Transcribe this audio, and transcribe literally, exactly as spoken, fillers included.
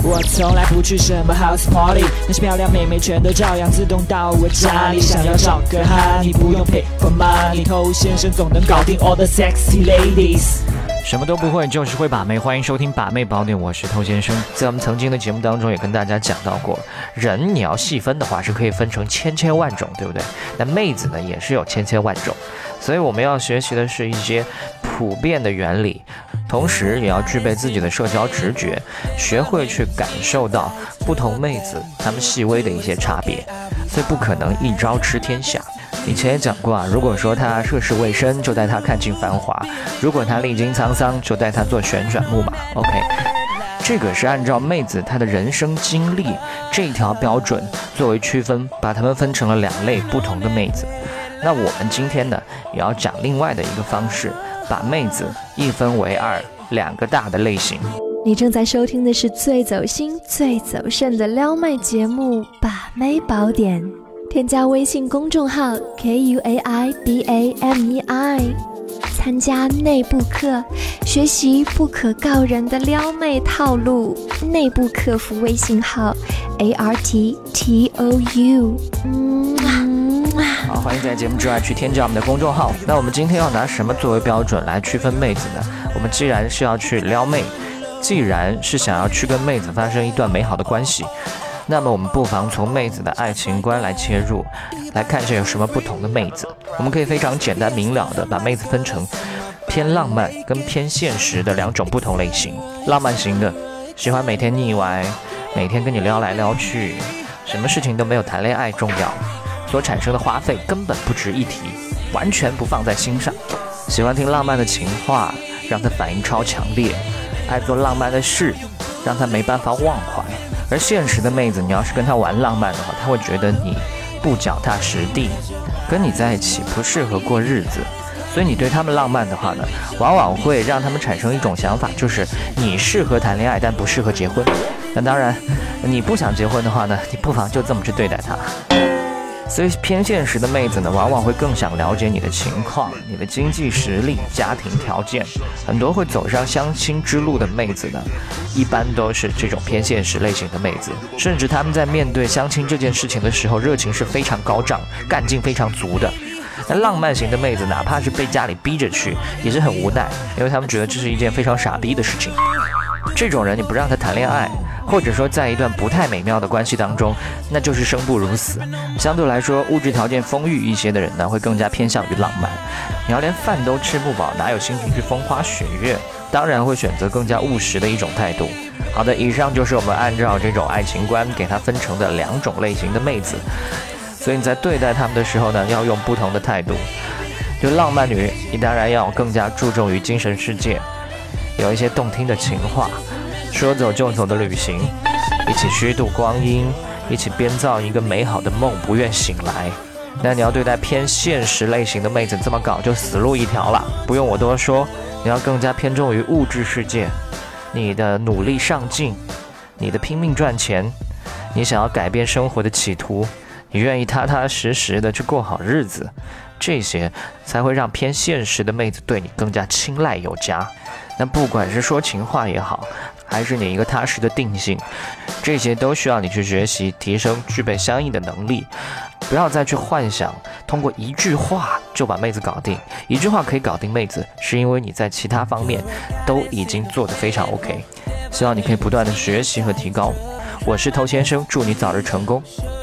我从来不去什么 house party， 那些漂亮妹妹全都照样自动到我家里。想要找个哈，你不用 pay for money， 偷先生总能搞定 all the sexy ladies。 什么都不会，就是会把妹。欢迎收听把妹宝典，我是偷先生。在我们曾经的节目当中也跟大家讲到过，人你要细分的话是可以分成千千万种，对不对？那妹子呢也是有千千万种，所以我们要学习的是一些普遍的原理，同时也要具备自己的社交直觉，学会去感受到不同妹子她们细微的一些差别，所以不可能一招吃天下。以前也讲过啊，如果说他涉世未深，就带他看尽繁华；如果他历经沧桑，就带他做旋转木马。OK， 这个是按照妹子她的人生经历这一条标准作为区分，把她们分成了两类不同的妹子。那我们今天呢，也要讲另外的一个方式，把妹子一分为二，两个大的类型。 你正在收听的是最走心、最走肾的撩妹节目《把妹宝典》。添加微信公众号 K U A I B A M E I， 参加内部课，学习不可告人的撩妹套路。内部客服微信号 A R T T O U。嗯， 好，欢迎在节目之外去添加我们的公众号。那我们今天要拿什么作为标准来区分妹子呢？我们既然是要去撩妹，既然是想要去跟妹子发生一段美好的关系，那么我们不妨从妹子的爱情观来切入，来看一下有什么不同的妹子。我们可以非常简单明了的把妹子分成偏浪漫跟偏现实的两种不同类型。浪漫型的，喜欢每天腻歪，每天跟你撩来撩去，什么事情都没有谈恋爱重要，所产生的花费根本不值一提，完全不放在心上。喜欢听浪漫的情话，让他反应超强烈，爱做浪漫的事，让他没办法忘怀。而现实的妹子，你要是跟她玩浪漫的话，她会觉得你不脚踏实地，跟你在一起不适合过日子。所以你对他们浪漫的话呢，往往会让他们产生一种想法，就是你适合谈恋爱，但不适合结婚。那当然，你不想结婚的话呢，你不妨就这么去对待她。所以偏现实的妹子呢，往往会更想了解你的情况、你的经济实力、家庭条件。很多会走上相亲之路的妹子呢，一般都是这种偏现实类型的妹子，甚至她们在面对相亲这件事情的时候，热情是非常高涨，干劲非常足的。那浪漫型的妹子，哪怕是被家里逼着去，也是很无奈，因为她们觉得这是一件非常傻逼的事情。这种人你不让她谈恋爱，或者说在一段不太美妙的关系当中，那就是生不如死。相对来说，物质条件丰裕一些的人呢，会更加偏向于浪漫。你要连饭都吃不饱，哪有心情去风花雪月？当然会选择更加务实的一种态度。好的，以上就是我们按照这种爱情观给它分成的两种类型的妹子。所以你在对待她们的时候呢，要用不同的态度。就浪漫女，你当然要更加注重于精神世界，有一些动听的情话，说走就走的旅行，一起虚度光阴，一起编造一个美好的梦，不愿醒来。那你要对待偏现实类型的妹子，这么搞就死路一条了。不用我多说，你要更加偏重于物质世界，你的努力上进，你的拼命赚钱，你想要改变生活的企图，你愿意踏踏实实的去过好日子，这些才会让偏现实的妹子对你更加青睐有加。那不管是说情话也好，还是你一个踏实的定性，这些都需要你去学习提升，具备相应的能力。不要再去幻想通过一句话就把妹子搞定，一句话可以搞定妹子，是因为你在其他方面都已经做得非常 OK。希望你可以不断的学习和提高。我是偷先生，祝你早日成功。